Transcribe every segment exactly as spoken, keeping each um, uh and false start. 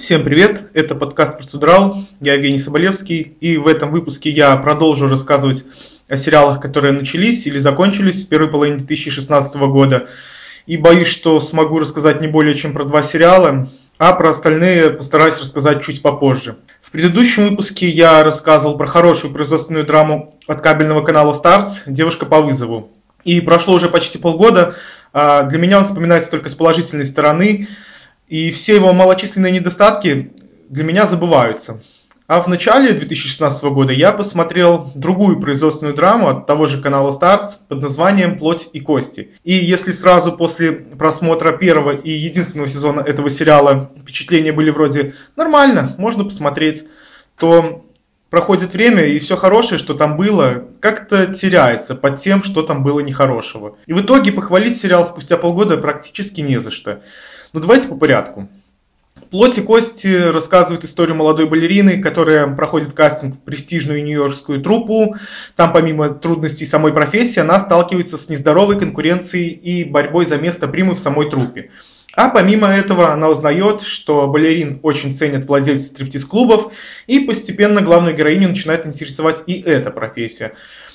Всем привет, это подкаст «Процедурал», я Евгений Соболевский, и в этом выпуске я продолжу рассказывать о сериалах, которые начались или закончились в первой половине две тысячи шестнадцатого года. И боюсь, что смогу рассказать не более чем про два сериала, а про остальные постараюсь рассказать чуть попозже. В предыдущем выпуске я рассказывал про хорошую производственную драму от кабельного канала Starz «Девушка по вызову». И прошло уже почти полгода, а для меня он вспоминается только с положительной стороны, и все его малочисленные недостатки для меня забываются. А в начале две тысячи шестнадцатого года я посмотрел другую производственную драму от того же канала Starz под названием «Плоть и кости». И если сразу после просмотра первого и единственного сезона этого сериала впечатления были вроде «нормально, можно посмотреть», то проходит время, и все хорошее, что там было, как-то теряется под тем, что там было нехорошего. И в итоге похвалить сериал спустя полгода практически не за что. Но давайте по порядку. «Плоть и кости» рассказывает историю молодой балерины, которая проходит кастинг в престижную нью-йоркскую труппу. Там, помимо трудностей самой профессии, она сталкивается с нездоровой конкуренцией и борьбой за место примы в самой труппе. А помимо этого она узнает, что балерин очень ценят владельцы стриптиз-клубов, и постепенно главную героиню начинает интересовать и эта профессия.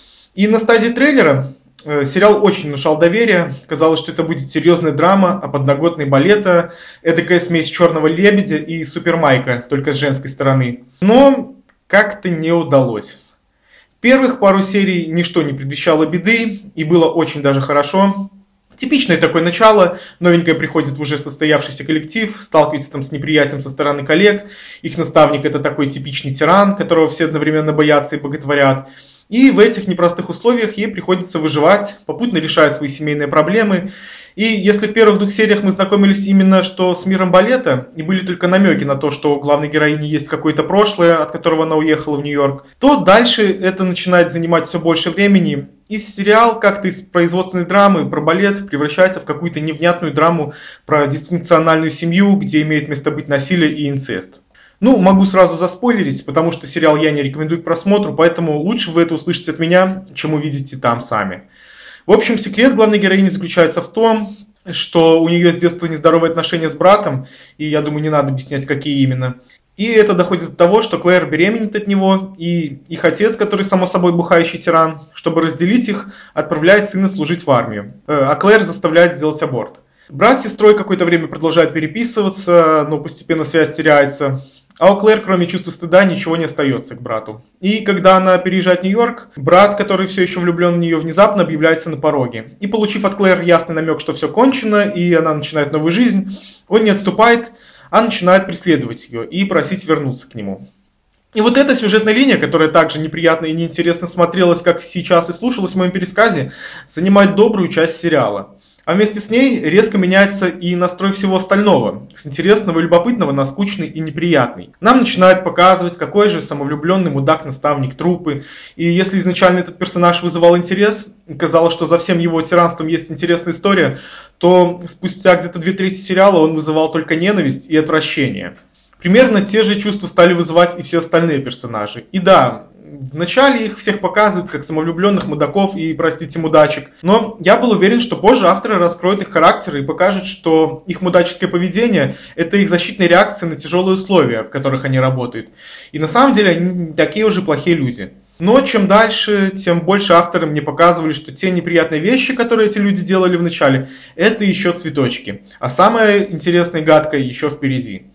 И на стадии трейлера сериал очень внушал доверие. Казалось, что это будет серьезная драма о подноготной балета, эдакая смесь «Черного лебедя» и «Супермайка», только с женской стороны. Но как-то не удалось. Первых пару серий ничто не предвещало беды, и было очень даже хорошо. Типичное такое начало, новенькая приходит в уже состоявшийся коллектив, сталкивается там с неприятием со стороны коллег, их наставник это такой типичный тиран, которого все одновременно боятся и боготворят. И в этих непростых условиях ей приходится выживать, попутно решая свои семейные проблемы. И если в первых двух сериях мы знакомились именно что с миром балета, и были только намеки на то, что у главной героини есть какое-то прошлое, от которого она уехала в Нью-Йорк, то дальше это начинает занимать все больше времени. И сериал как-то из производственной драмы про балет превращается в какую-то невнятную драму про дисфункциональную семью, где имеет место быть насилие и инцест. Ну, могу сразу заспойлерить, потому что сериал я не рекомендую к просмотру, поэтому лучше вы это услышите от меня, чем увидите там сами. В общем, секрет главной героини заключается в том, что у нее с детства нездоровые отношения с братом, и я думаю, не надо объяснять, какие именно. И это доходит до того, что Клэр беременеет от него, и их отец, который само собой бухающий тиран, чтобы разделить их, отправляет сына служить в армию, а Клэр заставляет сделать аборт. Брат с сестрой какое-то время продолжают переписываться, но постепенно связь теряется. А у Клэр, кроме чувства стыда, ничего не остается к брату. И когда она переезжает в Нью-Йорк, брат, который все еще влюблен в нее, внезапно объявляется на пороге. И получив от Клэр ясный намек, что все кончено, и она начинает новую жизнь, он не отступает, а начинает преследовать ее и просить вернуться к нему. И вот эта сюжетная линия, которая также неприятно и неинтересно смотрелась, как сейчас и слушалась в моем пересказе, занимает добрую часть сериала. А вместе с ней резко меняется и настрой всего остального, с интересного и любопытного на скучный и неприятный. Нам начинают показывать, какой же самовлюбленный мудак-наставник труппы, и если изначально этот персонаж вызывал интерес, казалось, что за всем его тиранством есть интересная история, то спустя где-то две трети сериала он вызывал только ненависть и отвращение. Примерно те же чувства стали вызывать и все остальные персонажи. И да, вначале их всех показывают как самовлюбленных мудаков и, простите, мудачек. Но я был уверен, что позже авторы раскроют их характеры и покажут, что их мудаческое поведение – это их защитная реакция на тяжелые условия, в которых они работают. И на самом деле они не такие уже плохие люди. Но чем дальше, тем больше авторы мне показывали, что те неприятные вещи, которые эти люди делали вначале, это еще цветочки. А самое интересное и гадкое еще впереди.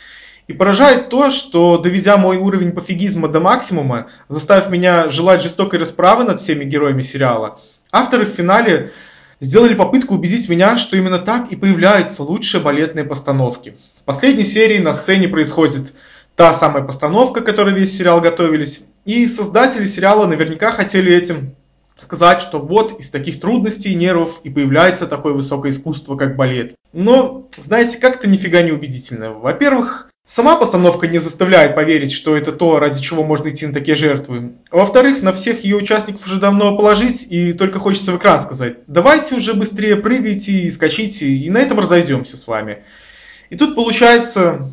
И поражает то, что, доведя мой уровень пофигизма до максимума, заставив меня желать жестокой расправы над всеми героями сериала, авторы в финале сделали попытку убедить меня, что именно так и появляются лучшие балетные постановки. В последней серии на сцене происходит та самая постановка, к которой весь сериал готовились, и создатели сериала наверняка хотели этим сказать, что вот из таких трудностей и нервов и появляется такое высокое искусство, как балет. Но, знаете, как-то нифига не убедительно. Во-первых, сама постановка не заставляет поверить, что это то, ради чего можно идти на такие жертвы. А во-вторых, на всех ее участников уже давно положить, и только хочется в экран сказать: давайте уже быстрее прыгайте и скачите, и на этом разойдемся с вами. И тут получается,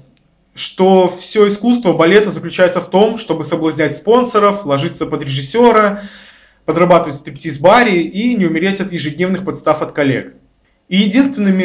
что все искусство балета заключается в том, чтобы соблазнять спонсоров, ложиться под режиссера, подрабатывать в стриптиз-баре и не умереть от ежедневных подстав от коллег. И единственными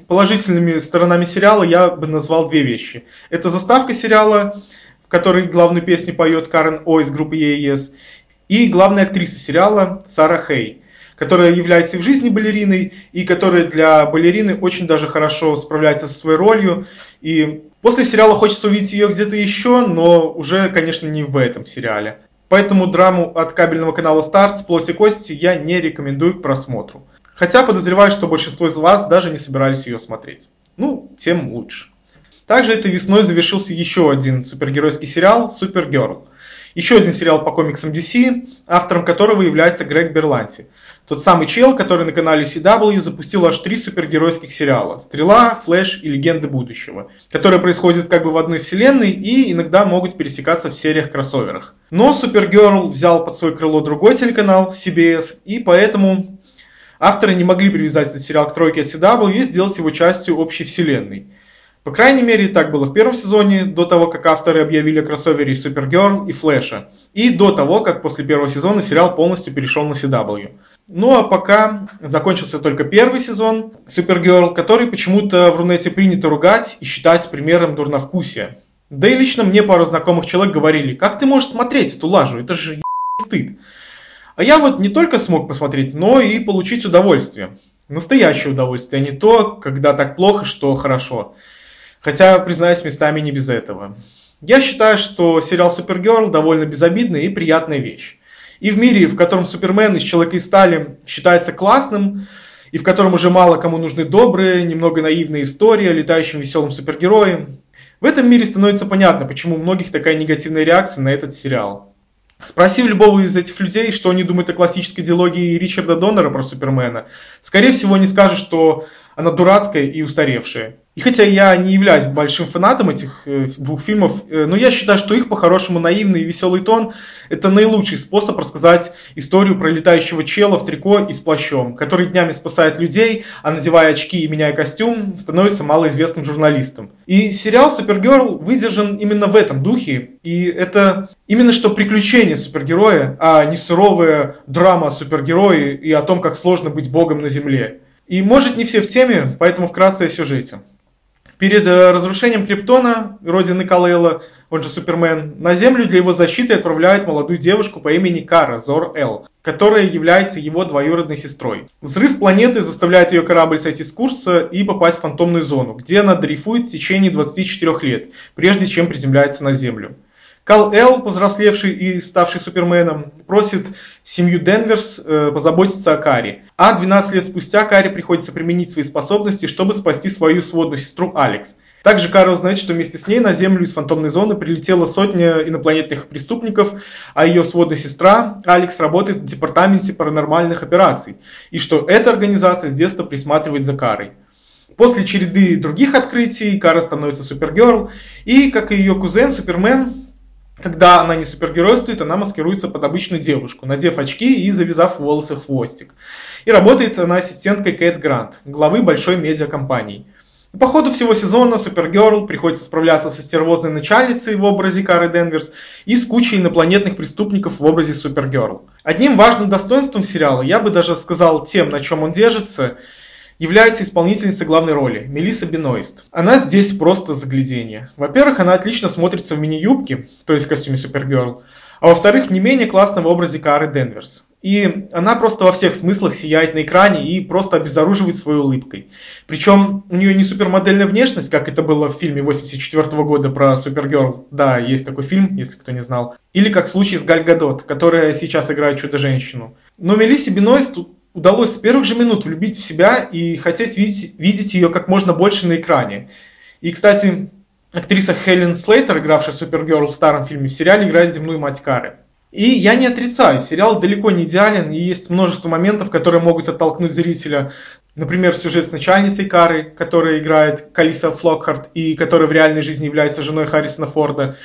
положительными сторонами сериала я бы назвал две вещи. Это заставка сериала, в которой главную песню поет Карен О из группы и эй эс, и главная актриса сериала Сара Хей, которая является и в жизни балериной, и которая для балерины очень даже хорошо справляется со своей ролью. И после сериала хочется увидеть ее где-то еще, но уже, конечно, не в этом сериале. Поэтому драму от кабельного канала Старт «Плоть и кости» я не рекомендую к просмотру. Хотя подозреваю, что большинство из вас даже не собирались ее смотреть. Ну, тем лучше. Также этой весной завершился еще один супергеройский сериал «Супергерл». Еще один сериал по комиксам ди си, автором которого является Грег Берланти. Тот самый чел, который на канале си дабл ю запустил аж три супергеройских сериала: «Стрела», «Флэш» и «Легенды будущего», которые происходят как бы в одной вселенной и иногда могут пересекаться в сериях-кроссоверах. Но Супергерл взял под свое крыло другой телеканал, си би эс, и поэтому авторы не могли привязать этот сериал к тройке от си дабл ю и сделать его частью общей вселенной. По крайней мере, так было в первом сезоне, до того, как авторы объявили о кроссовере Супергерл и Флэша, и до того, как после первого сезона сериал полностью перешел на си дабл ю. Ну а пока закончился только первый сезон Супергерл, который почему-то в Рунете принято ругать и считать примером дурновкусия. Да и лично мне пару знакомых человек говорили: как ты можешь смотреть эту лажу, это же ебаный стыд. А я вот не только смог посмотреть, но и получить удовольствие. Настоящее удовольствие, а не то, когда так плохо, что хорошо. Хотя, признаюсь, местами не без этого. Я считаю, что сериал Супергерл довольно безобидная и приятная вещь. И в мире, в котором Супермен из Человека из стали считается классным, и в котором уже мало кому нужны добрые, немного наивные истории о летающем веселом супергерое, в этом мире становится понятно, почему у многих такая негативная реакция на этот сериал. Спроси у любого из этих людей, что они думают о классической диалогии Ричарда Доннера про Супермена, скорее всего они скажут, что она дурацкая и устаревшая. И хотя я не являюсь большим фанатом этих э, двух фильмов, э, но я считаю, что их по-хорошему наивный и веселый тон — это наилучший способ рассказать историю про летающего чела в трико и с плащом, который днями спасает людей, а надевая очки и меняя костюм, становится малоизвестным журналистом. И сериал Супергерл выдержан именно в этом духе, и это именно что приключение супергероя, а не суровая драма о супергерое и о том, как сложно быть богом на земле. И может не все в теме, поэтому вкратце о сюжете. Перед разрушением Криптона, родины Кал-Эла, он же Супермен, на Землю для его защиты отправляют молодую девушку по имени Кара Зор-Эл, которая является его двоюродной сестрой. Взрыв планеты заставляет ее корабль сойти с курса и попасть в фантомную зону, где она дрейфует в течение двадцати четырёх лет, прежде чем приземляется на Землю. Кал-Эл, повзрослевший и ставший Суперменом, просит семью Денверс э, позаботиться о Каре. А двенадцать лет спустя Каре приходится применить свои способности, чтобы спасти свою сводную сестру Алекс. Также Кара узнает, что вместе с ней на Землю из фантомной зоны прилетела сотня инопланетных преступников, а ее сводная сестра Алекс работает в департаменте паранормальных операций, и что эта организация с детства присматривает за Карой. После череды других открытий Кара становится Супергерл, и, как и ее кузен Супермен, когда она не супергеройствует, она маскируется под обычную девушку, надев очки и завязав волосы хвостик. И работает она ассистенткой Кэт Грант, главы большой медиакомпании. И по ходу всего сезона Супергерл приходится справляться со стервозной начальницей в образе Кары Денверс и с кучей инопланетных преступников в образе Супергерл. Одним важным достоинством сериала, я бы даже сказал тем, на чем он держится, является исполнительница главной роли, Мелисса Беноист. Она здесь просто загляденье. Во-первых, она отлично смотрится в мини-юбке, то есть в костюме Супергерл, а во-вторых, не менее классно в образе Кары Денверс. И она просто во всех смыслах сияет на экране и просто обезоруживает своей улыбкой. Причем у нее не супермодельная внешность, как это было в фильме восемьдесят четвёртого года про Супергерл. Да, есть такой фильм, если кто не знал. Или как в случае с Галь Гадот, которая сейчас играет Чудо-женщину. Но Мелиссе Беноист удалось с первых же минут влюбить в себя и хотеть видеть, видеть ее как можно больше на экране. И, кстати, актриса Хелен Слейтер, игравшая Супергерл в старом фильме, в сериале играет земную мать Кары. И я не отрицаю, сериал далеко не идеален, и есть множество моментов, которые могут оттолкнуть зрителя. Например, сюжет с начальницей Кары, которая играет Калиса Флокхарт, и которая в реальной жизни является женой Харрисона Форда.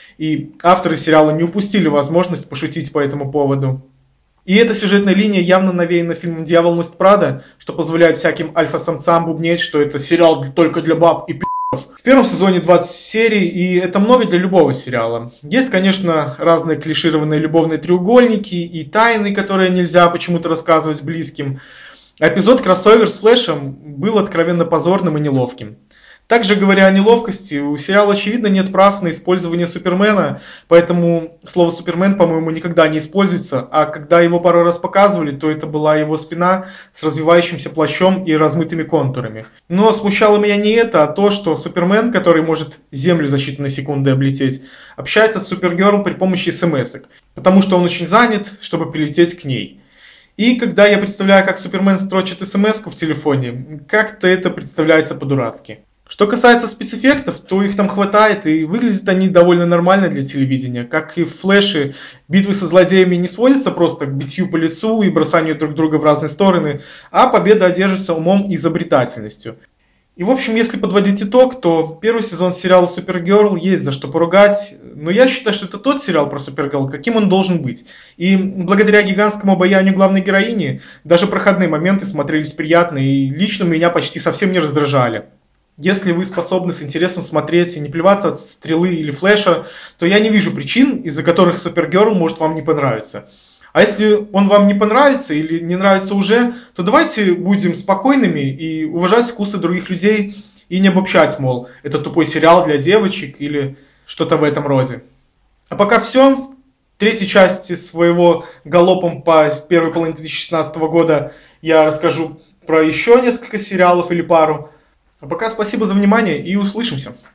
И авторы сериала не упустили возможность пошутить по этому поводу. И эта сюжетная линия явно навеяна фильмом «Дьявол носит Прада», что позволяет всяким альфа-самцам бубнеть, что это сериал только для баб и пи***ов. В первом сезоне двадцать серий, и это много для любого сериала. Есть, конечно, разные клишированные любовные треугольники и тайны, которые нельзя почему-то рассказывать близким. А эпизод кроссовер с Флэшем был откровенно позорным и неловким. Также, говоря о неловкости, у сериала, очевидно, нет прав на использование Супермена, поэтому слово Супермен, по-моему, никогда не используется, а когда его пару раз показывали, то это была его спина с развивающимся плащом и размытыми контурами. Но смущало меня не это, а то, что Супермен, который может Землю за считанные секунды облететь, общается с Супергерл при помощи смс-ок, потому что он очень занят, чтобы прилететь к ней. И когда я представляю, как Супермен строчит смс-ку в телефоне, как-то это представляется по-дурацки. Что касается спецэффектов, то их там хватает, и выглядят они довольно нормально для телевидения. Как и в Флэше, битвы со злодеями не сводятся просто к битью по лицу и бросанию друг друга в разные стороны, а победа одержится умом и изобретательностью. И, в общем, если подводить итог, то первый сезон сериала Супергерл есть за что поругать, но я считаю, что это тот сериал про Супергерл, каким он должен быть. И благодаря гигантскому обаянию главной героини, даже проходные моменты смотрелись приятно и лично меня почти совсем не раздражали. Если вы способны с интересом смотреть и не плеваться от Стрелы или Флэша, то я не вижу причин, из-за которых Супергерл может вам не понравиться. А если он вам не понравится или не нравится уже, то давайте будем спокойными и уважать вкусы других людей и не обобщать, мол, это тупой сериал для девочек или что-то в этом роде. А пока все. В третьей части своего галопом по первой половине две тысячи шестнадцатого года я расскажу про еще несколько сериалов или пару. А пока спасибо за внимание и услышимся.